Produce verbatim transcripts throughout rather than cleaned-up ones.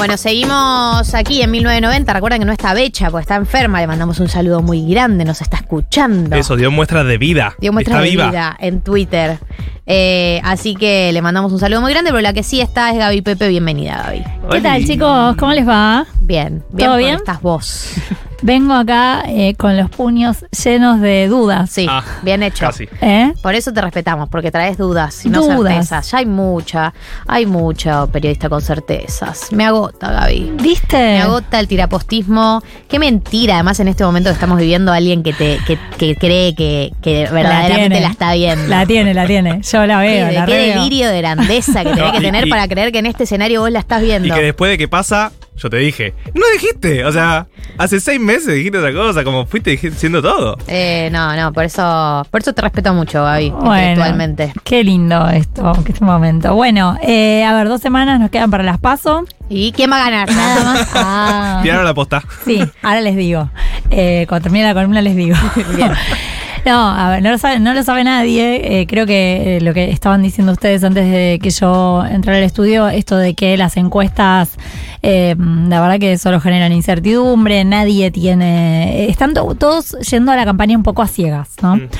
Bueno, seguimos aquí en mil novecientos noventa. Recuerden que no está Becha, porque está enferma. Le mandamos un saludo muy grande, nos está escuchando. Eso, dio muestras de vida. Dio muestras está de viva. vida en Twitter. Eh, así que le mandamos un saludo muy grande, pero la que sí está es Gaby Pepe. Bienvenida, Gaby. ¿Qué tal, chicos? ¿Cómo les va? Bien, bien. ¿Todo por bien? Estás vos. Vengo acá eh, con los puños llenos de dudas. Sí, Ah, bien hecho. Casi. ¿Eh? Por eso te respetamos, porque traes dudas y no Dudas. certezas. Ya hay mucha, hay mucha periodista con certezas. Me agota, Gaby. ¿Viste? Me agota el tirapostismo. Qué mentira, además, en este momento que estamos viviendo, alguien que te que, que cree que, que verdaderamente tiene. la, está viendo. La tiene, la tiene. Yo la veo, qué, la qué veo. delirio de grandeza que tenés No, que y- tener y- para creer que en este escenario vos la estás viendo. Y que después de que pasa, yo te dije, no dijiste, o sea, hace seis meses dijiste otra cosa, como fuiste diciendo todo. Eh, no, no, por eso, por eso te respeto mucho, Gaby, Bueno, intelectualmente. qué lindo esto, que este momento. Bueno, eh, a ver, dos semanas nos quedan para las PASO. ¿Y quién va a ganar? Nada más. Ah, Tiraron la posta. sí, ahora les digo. Eh, cuando termine la columna les digo. Bien. No, a ver, no lo sabe, no lo sabe nadie. Eh, creo que eh, lo que estaban diciendo ustedes antes de que yo entrara al estudio, esto de que las encuestas, eh, la verdad que solo generan incertidumbre, nadie tiene... Están to- todos yendo a la campaña un poco a ciegas, ¿no? Mm.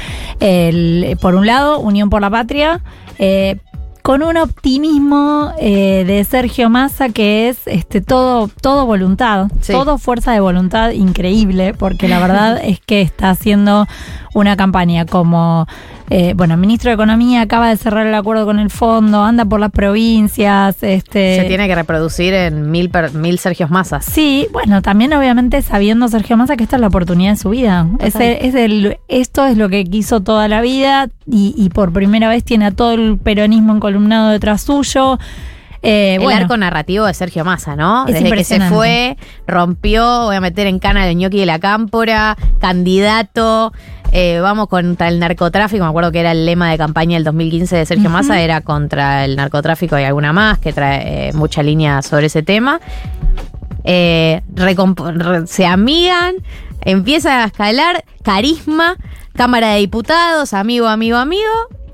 El- por un lado, Unión por la Patria, eh, con un optimismo eh, de Sergio Massa que es este todo todo voluntad, Sí. todo fuerza de voluntad increíble, porque la verdad es que está haciendo una campaña como, eh, bueno, ministro de Economía acaba de cerrar el acuerdo con el fondo, anda por las provincias, este... Se tiene que reproducir en mil, per- mil Sergios Massas. Sí, bueno, también obviamente sabiendo Sergio Massa que esta es la oportunidad de su vida. Es el- es el- esto es lo que quiso toda la vida y, y por primera vez tiene a todo el peronismo encolumnado detrás suyo. Eh, El bueno, arco narrativo de Sergio Massa, ¿no? Es Desde que se impresionante. fue, rompió, voy a meter en cana al ñoqui de la cámpora, candidato, eh, vamos contra el narcotráfico. Me acuerdo que era el lema de campaña del dos mil quince de Sergio Ujú. Massa, era contra el narcotráfico y alguna más que trae eh, mucha línea sobre ese tema. Eh, recomp- re- se amigan, empieza a escalar, carisma, Cámara de Diputados, amigo, amigo, amigo.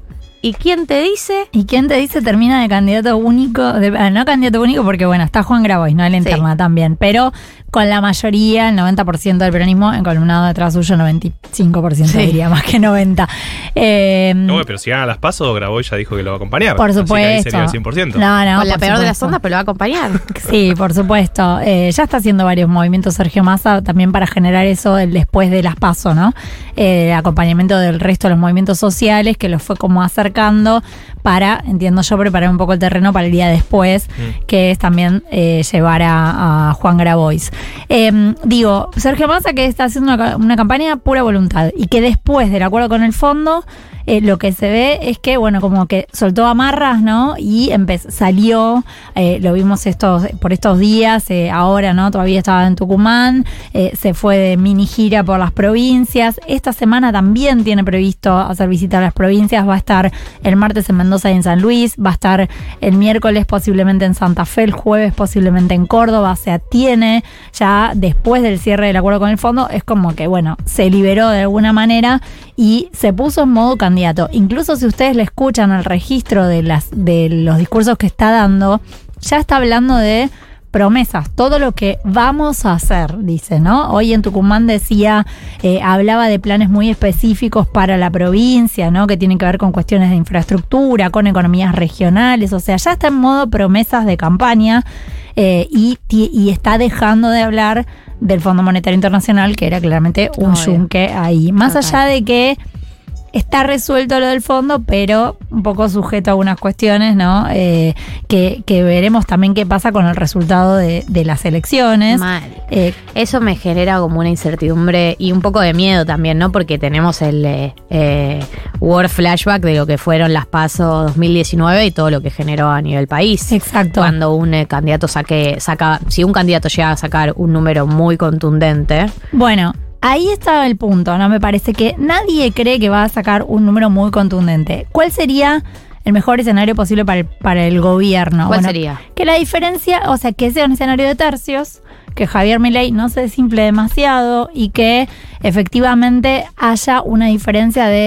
¿Y quién te dice? ¿y quién te dice termina de candidato único? De, ah, no candidato único porque, bueno, está Juan Grabois, ¿no? En la Sí. interna también, pero con la mayoría, el noventa por ciento del peronismo encolumnado detrás suyo, noventa y cinco por ciento Sí. diría, más que noventa. Eh, No, bueno, pero si gana las pasos, Grabois ya dijo que lo va a acompañar. por Así que ahí supuesto. sería el cien por ciento. No, no, Con la por peor de las supuesto. ondas, pero lo va a acompañar. Sí, por supuesto. Eh, ya está haciendo varios movimientos Sergio Massa también para generar eso el después de las PASO, ¿no? Eh, acompañamiento del resto de los movimientos sociales que los fue como acercando para, entiendo yo, preparar un poco el terreno para el día después, Mm. que es también eh, llevar a, a Juan Grabois. Eh, digo, Sergio Massa que está haciendo una, ca- una campaña pura voluntad y que después del acuerdo con el fondo, eh, lo que se ve es que, bueno, como que soltó amarras, ¿no? Y empe- salió, eh, lo vimos estos por estos días, eh, ahora, ¿no? Todavía estaba en Tucumán, eh, se fue de mini gira por las provincias. Esta semana también tiene previsto hacer visita a las provincias, va a estar el martes en Mendoza y en San Luis, va a estar el miércoles posiblemente en Santa Fe, el jueves posiblemente en Córdoba, se atiene ya después del cierre del acuerdo con el fondo, es como que, bueno, se liberó de alguna manera y se puso en modo candidato. Incluso si ustedes le escuchan el registro de, las, de los discursos que está dando, ya está hablando de promesas, todo lo que vamos a hacer, dice, ¿no? Hoy en Tucumán decía, eh, hablaba de planes muy específicos para la provincia, ¿no? Que tienen que ver con cuestiones de infraestructura, con economías regionales, o sea, ya está en modo promesas de campaña eh, y, ti- y está dejando de hablar del Fondo Monetario Internacional, que era claramente un Obvio. yunque ahí. Más Total. allá de que está resuelto lo del fondo, pero un poco sujeto a algunas cuestiones, ¿no? Eh, que, que veremos también qué pasa con el resultado de, de las elecciones. Mal. Eh, Eso me genera como una incertidumbre y un poco de miedo también, ¿no? Porque tenemos el eh, eh, War Flashback de lo que fueron las PASO dos mil diecinueve y todo lo que generó a nivel país. exacto. Cuando un eh, candidato saque, saca, si un candidato llega a sacar un número muy contundente, Bueno, ahí está el punto, ¿no? Me parece que nadie cree que va a sacar un número muy contundente. ¿Cuál sería el mejor escenario posible para el, para el gobierno? ¿cuál Bueno, sería? que la diferencia, o sea, que sea un escenario de tercios, que Javier Milei no se desimple demasiado y que efectivamente haya una diferencia de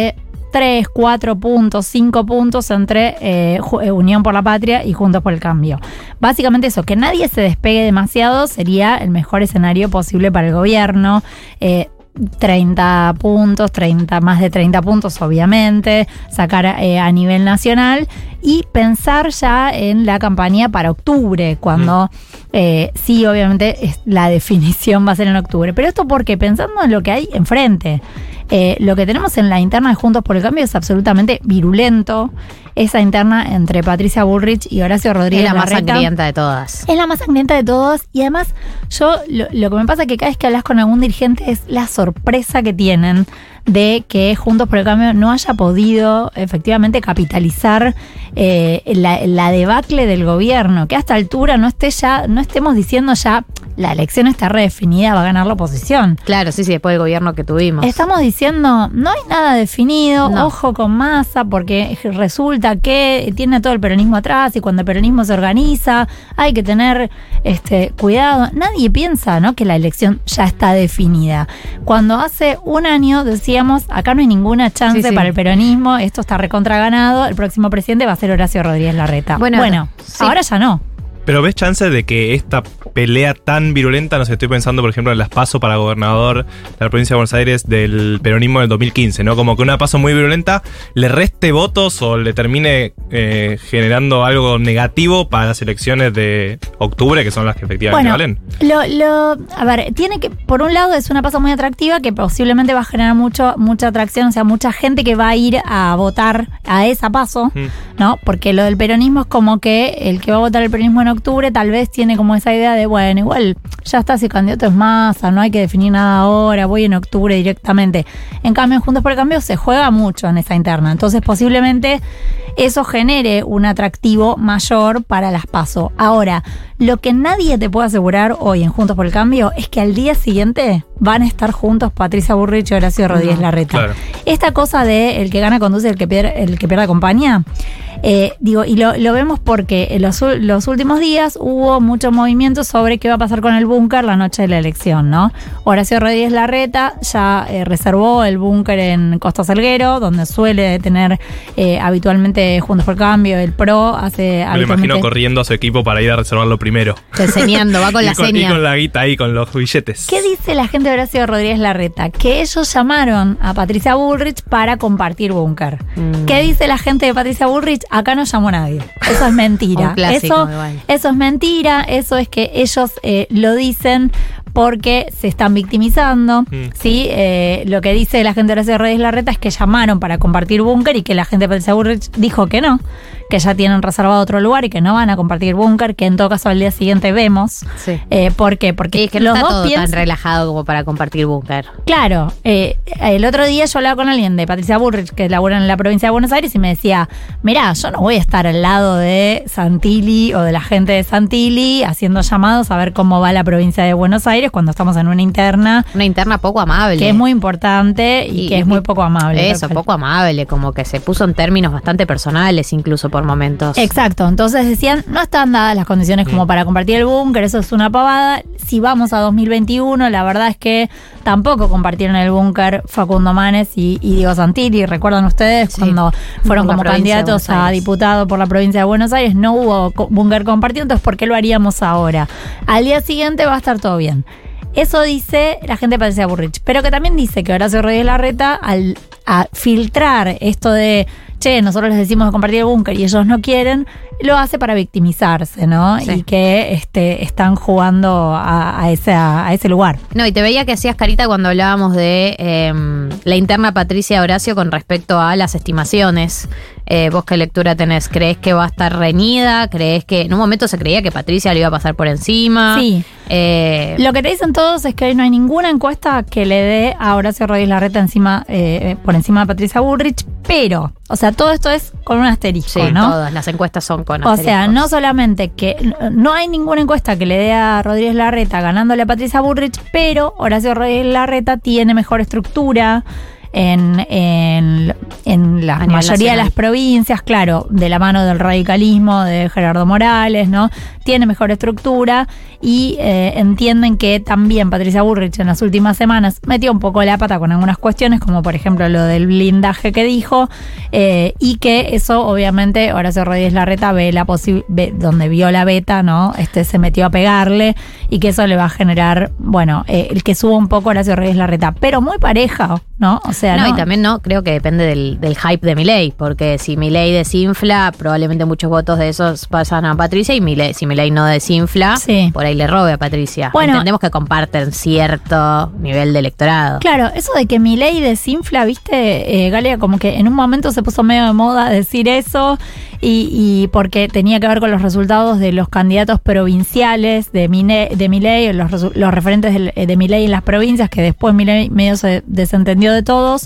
tres, cuatro puntos, cinco puntos entre eh, Unión por la Patria y Juntos por el Cambio. Básicamente eso, que nadie se despegue demasiado sería el mejor escenario posible para el gobierno. Eh, treinta puntos, treinta, más de treinta puntos obviamente, sacar eh, a nivel nacional y pensar ya en la campaña para octubre, cuando mm. eh, sí, obviamente es, la definición va a ser en octubre. Pero esto porque pensando en lo que hay enfrente, eh, lo que tenemos en la interna de Juntos por el Cambio es absolutamente virulento. Esa interna entre Patricia Bullrich y Horacio Rodríguez Es la más Larreta sangrienta de todas. Es la más sangrienta de todos y además yo lo, lo que me pasa es que cada vez que hablas con algún dirigente es la sorpresa que tienen de que Juntos por el Cambio no haya podido efectivamente capitalizar eh, la, la debacle del gobierno, que a esta altura no esté ya, no estemos diciendo ya la elección está redefinida, va a ganar la oposición. Claro, sí, sí, después del gobierno que tuvimos. Estamos diciendo, no hay nada definido, No. ojo con Massa, porque resulta que tiene todo el peronismo atrás y cuando el peronismo se organiza hay que tener este cuidado. Nadie piensa, ¿no?, que la elección ya está definida. Cuando hace un año decíamos, acá no hay ninguna chance Sí, sí. para el peronismo, esto está recontra ganado, el próximo presidente va a ser Horacio Rodríguez Larreta. Bueno, Bueno, sí. ahora ya no. Pero ¿ves chance de que esta pelea tan virulenta, no sé, estoy pensando por ejemplo en las PASO para gobernador de la provincia de Buenos Aires del peronismo del dos mil quince, ¿no? Como que una PASO muy virulenta le reste votos o le termine eh, generando algo negativo para las elecciones de octubre, que son las que efectivamente Bueno, valen. Lo, lo, a ver, tiene que, por un lado es una paso muy atractiva que posiblemente va a generar mucho, mucha atracción, o sea, mucha gente que va a ir a votar a esa paso, Mm. ¿no? Porque lo del peronismo es como que el que va a votar el peronismo en octubre tal vez tiene como esa idea de, bueno, igual ya está, si el candidato es Massa, no hay que definir nada ahora, voy en octubre directamente. En cambio, en Juntos por el Cambio se juega mucho en esa interna, entonces posiblemente eso genere un atractivo mayor para las PASO. Ahora, lo que nadie te puede asegurar hoy en Juntos por el Cambio es que al día siguiente van a estar juntos Patricia Bullrich y Horacio Rodríguez No, Larreta. claro. Esta cosa de el que gana conduce, el que pierde, el que pierde acompaña, eh, digo, y lo, lo vemos porque en los, u- los últimos días hubo mucho movimiento sobre qué va a pasar con el búnker la noche de la elección, ¿no? Horacio Rodríguez Larreta ya eh, reservó el búnker en Costa Salguero, donde suele tener eh, habitualmente Juntos por el Cambio, el PRO, hace Me lo habitualmente... imagino corriendo a su equipo para ir a reservarlo primero. Enseñando, va con y, la con, y seña. con la guita ahí, con los billetes. ¿Qué dice la gente de Horacio Rodríguez Larreta? Que ellos llamaron a Patricia Bullrich para compartir búnker. Mm. ¿Qué dice la gente de Patricia Bullrich? Acá no llamó nadie. Eso es mentira. Un clásico, eso, igual. eso es mentira. Eso es que ellos eh, lo dicen porque se están victimizando. Mm. ¿Sí? Eh, lo que dice la gente de Horacio Rodríguez Larreta es que llamaron para compartir búnker y que la gente de Patricia Bullrich dijo que no, que ya tienen reservado otro lugar y que no van a compartir búnker, que en todo caso al día siguiente vemos. Sí. Eh, ¿Por qué? Porque Sí, es que no los está dos todo piensan... tan relajado como para compartir búnker. Claro, eh, el otro día yo hablaba con alguien de Patricia Bullrich que labora en la provincia de Buenos Aires y me decía, mirá, yo no voy a estar al lado de Santilli o de la gente de Santilli haciendo llamados a ver cómo va la provincia de Buenos Aires cuando estamos en una interna Una interna poco amable. que es muy importante y, Y- que es muy poco amable. Eso, Total. poco amable, como que se puso en términos bastante personales incluso por momentos. Exacto, entonces decían, no están dadas las condiciones como para compartir el búnker, eso es una pavada. Si vamos a dos mil veintiuno, la verdad es que tampoco compartieron el búnker Facundo Manes y, y Diego Santilli. ¿Recuerdan ustedes Sí, cuando fueron por la como provincia de candidatos Buenos a Aires. diputado por la provincia de Buenos Aires? No hubo co- búnker compartido, entonces ¿por qué lo haríamos ahora? Al día siguiente va a estar todo bien. Eso dice la gente de Patricia Bullrich, pero que también dice que Horacio Rodríguez Larreta, al a filtrar esto de, che, nosotros les decimos de compartir el búnker y ellos no quieren, lo hace para victimizarse, ¿no? Sí. Y que este, están jugando a, a, ese, a ese lugar. No, y te veía que hacías carita cuando hablábamos de eh, la interna Patricia Horacio con respecto a las estimaciones. Eh, ¿Vos qué lectura tenés? ¿Crees que va a estar reñida? ¿Crees que en un momento se creía que Patricia le iba a pasar por encima? Sí. Eh, Lo que te dicen todos es que hoy no hay ninguna encuesta que le dé a Horacio Rodríguez Larreta encima, eh, por encima de Patricia Bullrich, pero, o sea, todo esto es con un asterisco, sí, ¿no? todas las encuestas son con O sea, asteriscos. no solamente que no hay ninguna encuesta que le dé a Rodríguez Larreta ganándole a Patricia Bullrich, pero Horacio Rodríguez Larreta tiene mejor estructura en, en, en en la A nivel mayoría nacional. de las provincias, claro, de la mano del radicalismo de Gerardo Morales, ¿no? Tiene mejor estructura y eh, entienden que también Patricia Bullrich en las últimas semanas metió un poco la pata con algunas cuestiones, como por ejemplo lo del blindaje que dijo, eh, y que eso obviamente Horacio Rodríguez Larreta ve la posi- ve, donde vio la beta, ¿no? Este se metió a pegarle y que eso le va a generar, bueno, eh, el que suba un poco Horacio Rodríguez Larreta, pero muy pareja, ¿no? O sea, No, no, y también no, creo que depende del, del hype de Milei, porque si Milei desinfla, probablemente muchos votos de esos pasan a Patricia, y Milei, si Milei no desinfla, Sí. por ahí le robe a Patricia. Bueno. Entendemos que comparten cierto nivel de electorado. Claro, eso de que Milei desinfla, viste, eh, Galia, como que en un momento se puso medio de moda decir eso, y, y porque tenía que ver con los resultados de los candidatos provinciales de, Mine, de Milei, los, resu- los referentes del- de Milei en las provincias, que después Milei medio se desentendió de todos.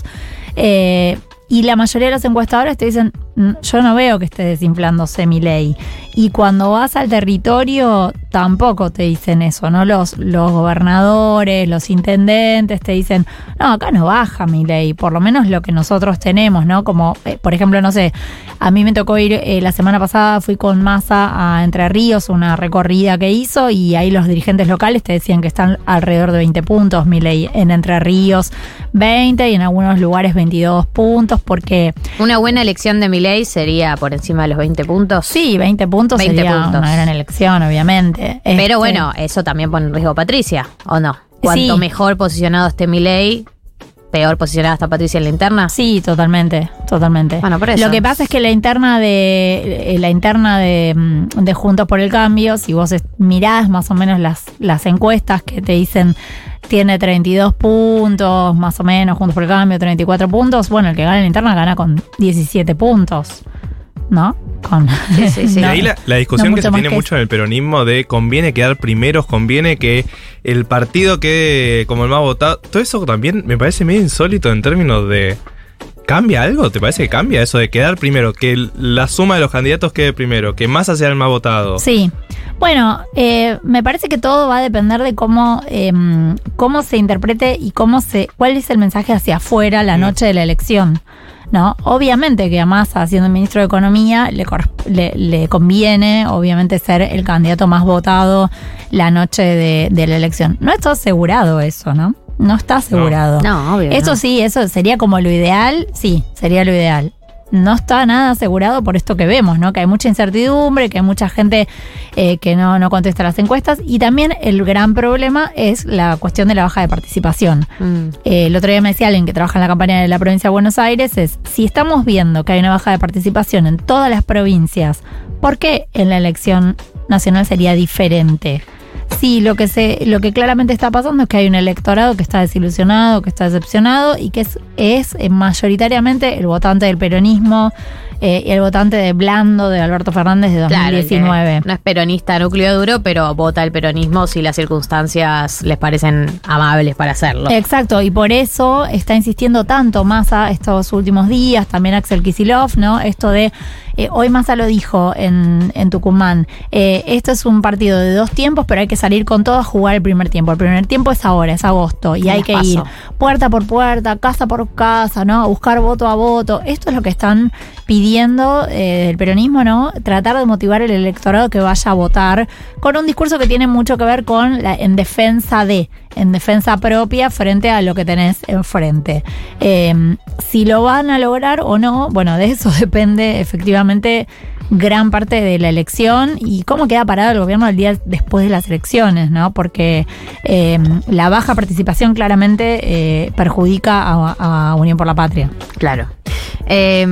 Eh, y la mayoría de los encuestadores te dicen, "Mm, yo no veo que esté desinflándose Milei". Y cuando vas al territorio, tampoco te dicen eso, ¿no? Los, los gobernadores, los intendentes te dicen, no, acá no baja Milei, por lo menos lo que nosotros tenemos, ¿no? Como, eh, por ejemplo, no sé, a mí me tocó ir, eh, la semana pasada fui con Massa a Entre Ríos, una recorrida que hizo, y ahí los dirigentes locales te decían que están alrededor de veinte puntos, Milei en Entre Ríos veinte, y en algunos lugares veintidós puntos, porque Una buena elección de Milei sería por encima de los veinte puntos. sí, veinte puntos veinte sería puntos. una gran elección, obviamente. Pero Este, bueno, eso también pone en riesgo a Patricia, ¿o no? Cuanto Sí. mejor posicionado esté Milei, peor posicionada está Patricia en la interna. Sí, totalmente, totalmente. Bueno, por eso. Lo que pasa es que la interna de eh, la interna de, mm, de Juntos por el Cambio, si vos es- mirás más o menos las, las encuestas que te dicen tiene treinta y dos puntos, más o menos, Juntos por el Cambio, treinta y cuatro puntos, bueno, el que gana en la interna gana con diecisiete puntos, ¿no? Con, Sí, sí, sí. Y no, ahí la, la discusión no que se mucho más tiene que mucho en el peronismo de conviene quedar primeros, conviene que el partido quede como el más votado. Todo eso también me parece medio insólito en términos de... ¿Cambia algo? ¿Te parece que cambia eso de quedar primero? Que el- la suma de los candidatos quede primero, que Massa sea el más votado. Sí. Bueno, eh, me parece que todo va a depender de cómo, eh, cómo se interprete y cómo se, cuál es el mensaje hacia afuera la Mm. noche de la elección, ¿no? Obviamente que a Massa, siendo ministro de Economía, le, corres- le, le conviene, obviamente, ser el candidato más votado la noche de, de la elección. No está asegurado eso, ¿no? No está asegurado. No, obvio. Eso no. sí, eso sería como lo ideal, sí, sería lo ideal. No está nada asegurado por esto que vemos, ¿no? Que hay mucha incertidumbre, que hay mucha gente eh, que no, no contesta las encuestas, y también el gran problema es la cuestión de la baja de participación. Mm. Eh, el otro día me decía alguien que trabaja en la campaña de la provincia de Buenos Aires, es, si estamos viendo que hay una baja de participación en todas las provincias, ¿por qué en la elección nacional sería diferente? Sí, lo que se, lo que claramente está pasando es que hay un electorado que está desilusionado, que está decepcionado, y que es, es eh, mayoritariamente el votante del peronismo eh, y el votante de Blando, de Alberto Fernández, de dos mil diecinueve. Claro, que no es peronista núcleo duro, pero vota el peronismo si las circunstancias les parecen amables para hacerlo. Exacto, y por eso está insistiendo tanto Massa estos últimos días, también Axel Kicillof, ¿no? Esto de, eh, hoy Massa lo dijo en, en Tucumán, eh, esto es un partido de dos tiempos, pero hay que salir con todo a jugar el primer tiempo. El primer tiempo es ahora, es agosto, y En hay las que PASO. ir puerta por puerta, casa por casa, ¿no? A buscar voto a voto. Esto es lo que están pidiendo eh, el peronismo, ¿no? Tratar de motivar el electorado que vaya a votar con un discurso que tiene mucho que ver con la, en defensa de, en defensa propia frente a lo que tenés enfrente. Eh, si lo van a lograr o no, bueno, de eso depende efectivamente gran parte de la elección y cómo queda parado el gobierno el día después de las elecciones, ¿no? Porque eh, la baja participación claramente eh, perjudica a, a Unión por la Patria. Claro. Eh,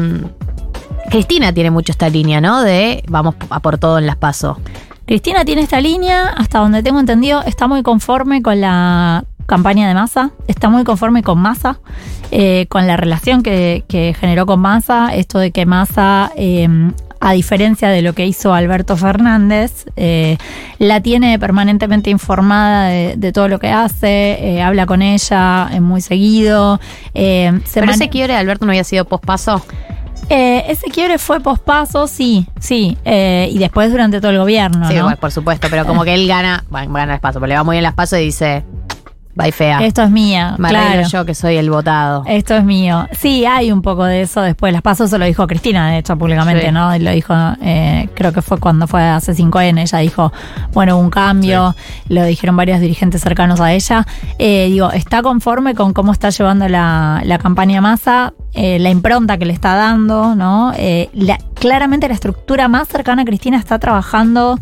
Cristina tiene mucho esta línea, ¿no? De vamos a por todo en las PASO. Cristina tiene esta línea, hasta donde tengo entendido, está muy conforme con la campaña de Massa, está muy conforme con Massa, eh, con la relación que, que generó con Massa, esto de que Massa, eh, a diferencia de lo que hizo Alberto Fernández, eh, la tiene permanentemente informada de, de todo lo que hace, eh, habla con ella eh, muy seguido. Eh, se Pero mane- ese quiebre de Alberto no había sido pospaso. eh, ese quiebre fue pospaso, sí, sí, eh, y después durante todo el gobierno, Sí, ¿no? bueno, por supuesto, pero como que él gana, bueno, gana las PASO, pero le va muy bien las PASO y dice, bye fea. Esto es mía, Me claro. arreglo yo que soy el votado. Esto es mío. Sí, hay un poco de eso después. Las pasos se lo dijo Cristina, de hecho, públicamente, Sí. ¿no? Y lo dijo, eh, creo que fue cuando fue a C cinco N. Ella dijo, bueno, hubo un cambio. Lo dijeron varios dirigentes cercanos a ella. Eh, digo, está conforme con cómo está llevando la, la campaña Massa, eh, la impronta que le está dando, ¿no? Eh, la, claramente la estructura más cercana a Cristina está trabajando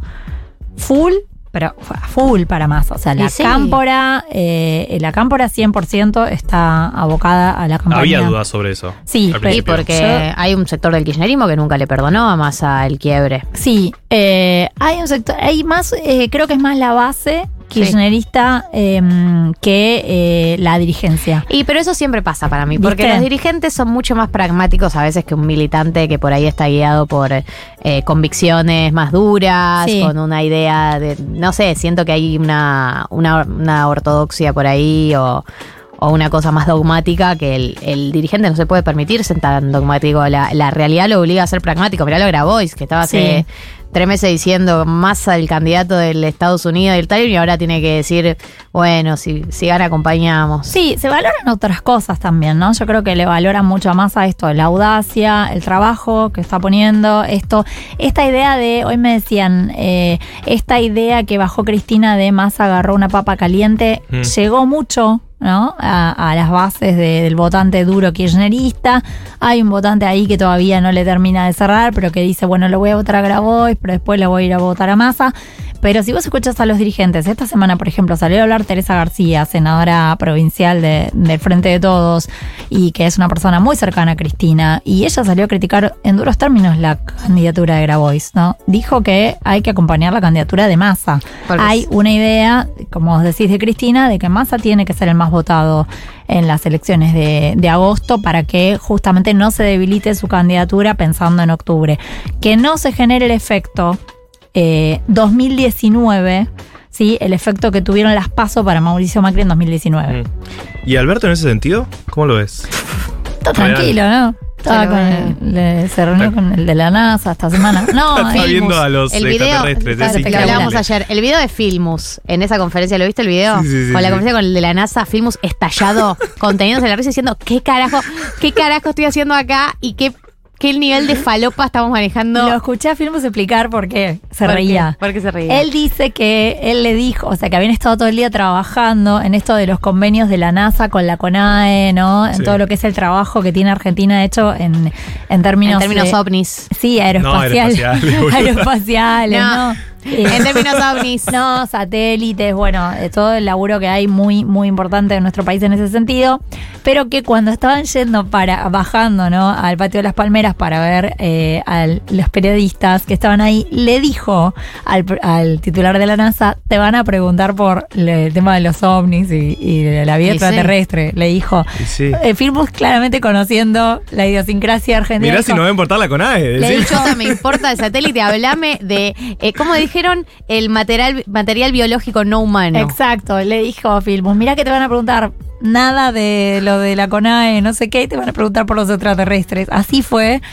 full, pero full para Massa. O sea, la Y sí. cámpora, eh, la cámpora cien por ciento está abocada a la campaña. Había dudas sobre eso. Sí, al pero- Sí, principio. porque Yo- hay un sector del kirchnerismo que nunca le perdonó a Massa el quiebre. Sí, eh, hay un sector, hay más, eh, creo que es más la base kirchnerista eh, que eh, la dirigencia. Y pero eso siempre pasa para mí, porque ¿Viste? los dirigentes son mucho más pragmáticos a veces que un militante que por ahí está guiado por eh, convicciones más duras, Sí. con una idea de, no sé, siento que hay una, una, una ortodoxia por ahí o, o una cosa más dogmática que el, el dirigente no se puede permitir ser tan dogmático. La, la realidad lo obliga a ser pragmático. Mirá lo Grabois, que estaba hace Sí. tres meses diciendo Massa el candidato del Estados Unidos y el tal, y ahora tiene que decir, bueno, si, si gana acompañamos. Sí, se valoran otras cosas también, ¿no? Yo creo que le valoran mucho más a esto, la audacia, el trabajo que está poniendo, esto, esta idea de, hoy me decían, eh, esta idea que bajó Cristina de Massa agarró una papa caliente, Mm. llegó mucho, ¿no? A, a las bases de- del votante duro kirchnerista. Hay un votante ahí que todavía no le termina de cerrar, pero que dice, bueno, lo voy a votar a Grabois, pero después le voy a ir a votar a Massa. Pero si vos escuchas a los dirigentes, esta semana, por ejemplo, salió a hablar Teresa García, senadora provincial de- del Frente de Todos, y que es una persona muy cercana a Cristina, y ella salió a criticar en duros términos la candidatura de Grabois, ¿no? Dijo que hay que acompañar la candidatura de Massa. Porque Hay es- una idea, como os decís de Cristina, de que Massa tiene que ser el más votado en las elecciones de, de agosto para que justamente no se debilite su candidatura pensando en octubre. Que no se genere el efecto eh, dos mil diecinueve, ¿sí? El efecto que tuvieron las PASO para Mauricio Macri en dos mil diecinueve. Mm. ¿Y Alberto en ese sentido? ¿Cómo lo ves? Está tranquilo, ¿no? Estaba Se lo con ve. el- le- se reunió Está- con el de la NASA esta semana. No, Está eh, viendo a los el video, extraterrestres, es lo increíble. hablábamos ayer, el video de Filmus, en esa conferencia, ¿lo viste el video? Sí, sí, sí, con la sí. conferencia con el de la NASA, Filmus estallado, conteniéndose la risa diciendo, ¿qué carajo, qué carajo estoy haciendo acá? Y qué, qué nivel de falopa estamos manejando. lo escuché a Filmus explicar por qué se ¿Por qué? reía. ¿Por qué se reía? Él dice que él le dijo, o sea, que habían estado todo el día trabajando en esto de los convenios de la NASA con la CONAE, ¿no? En Sí. todo lo que es el trabajo que tiene Argentina hecho en, en términos... en términos de- ovnis. Sí, aeroespaciales. No, aeroespaciales, boludo. aeroespaciales, No. ¿no? Eh, En términos ovnis. No, satélites, bueno, eh, todo el laburo que hay muy, muy importante en nuestro país en ese sentido, pero que cuando estaban yendo para, bajando, ¿no? Al patio de las Palmeras para ver eh, a los periodistas que estaban ahí, le dijo al, al titular de la NASA, te van a preguntar por el tema de los ovnis y, y de la vida Y sí. extraterrestre, le dijo. Y sí. Eh, Filmus claramente conociendo la idiosincrasia argentina. Mirá si dijo, no va a importar la CONAE. Le ¿sí? dijo- Chota, me importa el satélite, hablame de, eh, ¿cómo dijeron? El material, material biológico no humano. Exacto, le dijo a Filmus, mirá que te van a preguntar nada de lo de la CONAE, no sé qué, y te van a preguntar por los extraterrestres. Así fue.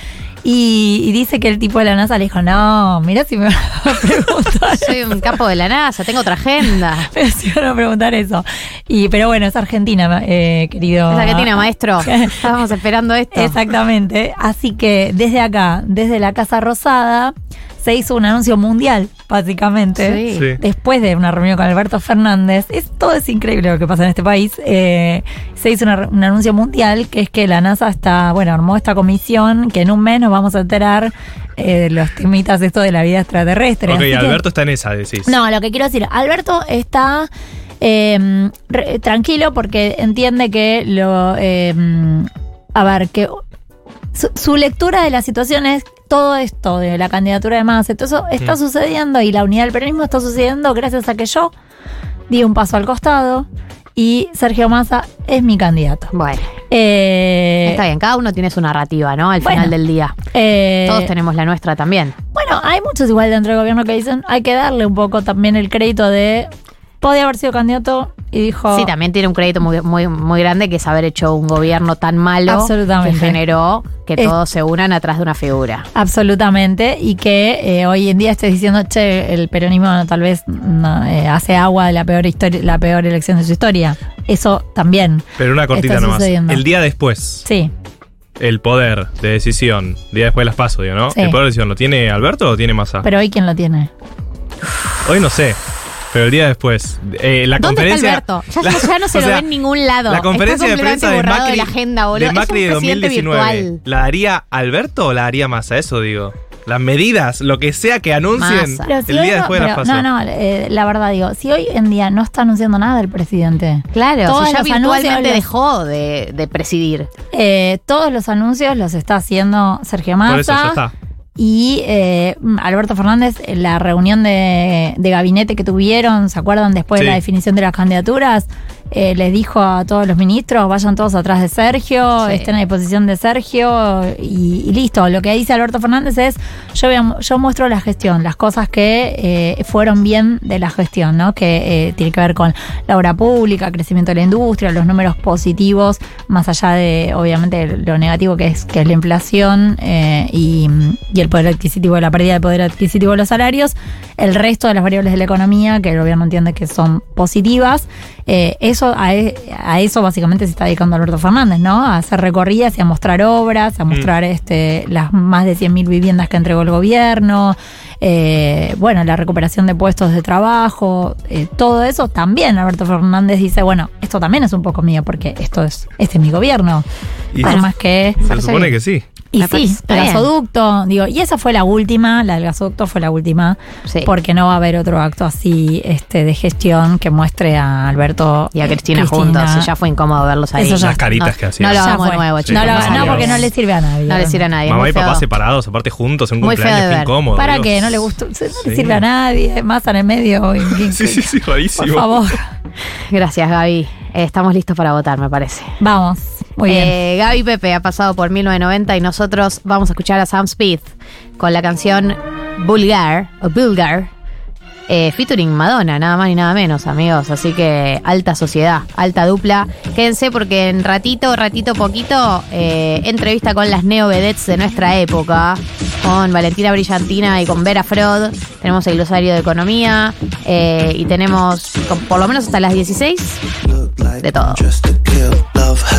Y, y dice que el tipo de la NASA le dijo, no, mirá si me van a preguntar. Soy un capo de la NASA, tengo otra agenda. Pero si van a preguntar eso. Y, pero bueno, es Argentina, eh, querido. Es Argentina, maestro. Estábamos esperando esto. Exactamente. Así que desde acá, desde la Casa Rosada, se hizo un anuncio mundial, básicamente. Sí. Sí. Después de una reunión con Alberto Fernández, es, todo es increíble lo que pasa en este país, eh, se hizo una- un anuncio mundial, que es que la NASA está, bueno, armó esta comisión, que en un mes nos vamos a enterar eh, de los temitas esto de la vida extraterrestre. Ok, Así que- Alberto está en esa, decís. no, lo que quiero decir, Alberto está eh, re- tranquilo porque entiende que lo... eh, a ver, que su, su lectura de la situación es todo esto de la candidatura de Massa, todo eso está Mm. sucediendo y la unidad del peronismo está sucediendo gracias a que yo di un paso al costado y Sergio Massa es mi candidato. Bueno, Eh, está bien, cada uno tiene su narrativa, ¿no? Al bueno. final del día. eh, Todos tenemos la nuestra también. Bueno, hay muchos igual dentro del gobierno que dicen hay que darle un poco también el crédito de podía haber sido candidato y dijo... Sí, también tiene un crédito muy, muy, muy grande, que es haber hecho un gobierno tan malo Absolutamente. que generó que Es- todos se unan atrás de una figura. Absolutamente, y que eh, hoy en día estés diciendo, che, el peronismo tal vez no, eh, hace agua de la peor historia, la peor elección de su historia. Eso también. Pero una cortita Está nomás. sucediendo. El día después, Sí. el poder de decisión, el día después de las paso, digo, ¿no? Sí. ¿El poder de decisión lo tiene Alberto o lo tiene Massa? Pero hoy, ¿quién lo tiene? Hoy no sé. Pero el día después. Eh, la ¿Dónde conferencia. está Alberto? Ya, la- ya- ya no se o lo sea, ve en ningún lado. La conferencia Está de prensa de completamente borrado Macri, de la agenda, boludo. de Macri es de un presidente dos mil diecinueve. virtual. ¿La haría Alberto o la haría Massa? Eso digo. Las medidas, lo que sea que anuncien Massa. Pero si el hoy día no- después de las pero- paso. No, no, eh, la verdad digo, si hoy en día no está anunciando nada del presidente, Claro, Todos si ya los virtualmente anuncios, los- dejó de, de presidir. eh, todos los anuncios los está haciendo Sergio Massa. Por eso ya está. Y eh, Alberto Fernández, en la reunión de, de gabinete que tuvieron, ¿se acuerdan? Después Sí. de la definición de las candidaturas, eh, les dijo a todos los ministros, vayan todos atrás de Sergio, Sí. estén a disposición de Sergio y, y listo. Lo que dice Alberto Fernández es, yo, voy a- yo muestro la gestión, las cosas que eh, fueron bien de la gestión, ¿no? Que eh, tiene que ver con la obra pública, crecimiento de la industria, los números positivos, más allá de, obviamente, lo negativo que es, que es la inflación eh, y, y el poder adquisitivo, la pérdida de poder adquisitivo de los salarios, el resto de las variables de la economía que el gobierno entiende que son positivas. Eh, eso a, e- a eso básicamente se está dedicando Alberto Fernández, ¿no? A hacer recorridas y a mostrar obras, a mostrar este, las más de cien mil viviendas que entregó el gobierno, eh, bueno, la recuperación de puestos de trabajo, eh, todo eso también Alberto Fernández dice, bueno, esto también es un poco mío porque esto es, este es mi gobierno. Y Además que... se parece supone bien. que sí. Y Me sí, parece- el está bien. gasoducto, digo, y esa fue la última, la del gasoducto fue la última, Sí. porque no va a haber otro acto así este de gestión que muestre a Alberto Y a eh, Cristina, juntos. Y ya fue incómodo verlos ahí. Eso ya- Las caritas no, que hacían. No lo Ya hagamos de fue. nuevo, Sí, chicos. No, lo- no, no, no, porque no le sirve a nadie. No le sirve a nadie. Mamá muy y papá feo. separados, aparte juntos, en un Muy feo cumpleaños, de qué ver. incómodo. Para Dios. que no le gustó, no le Sí. sirve a nadie, más en el medio. y- y- Sí, sí, sí, Por rarísimo. favor, Gracias, Gaby. Eh, estamos listos para votar, me parece. vamos. Muy bien. Eh, Gaby Pepe ha pasado por mil novecientos noventa y nosotros vamos a escuchar a Sam Smith con la canción Vulgar o Vulgar, eh, featuring Madonna, nada más ni nada menos, amigos. Así que alta sociedad, alta dupla. Quédense porque en ratito, ratito poquito, eh, entrevista con las neo-vedettes de nuestra época, con Valentina Brillantina y con Vera Frod. Tenemos el glosario de economía eh, y tenemos con- por lo menos hasta las dieciséis de todo. Just to kill love.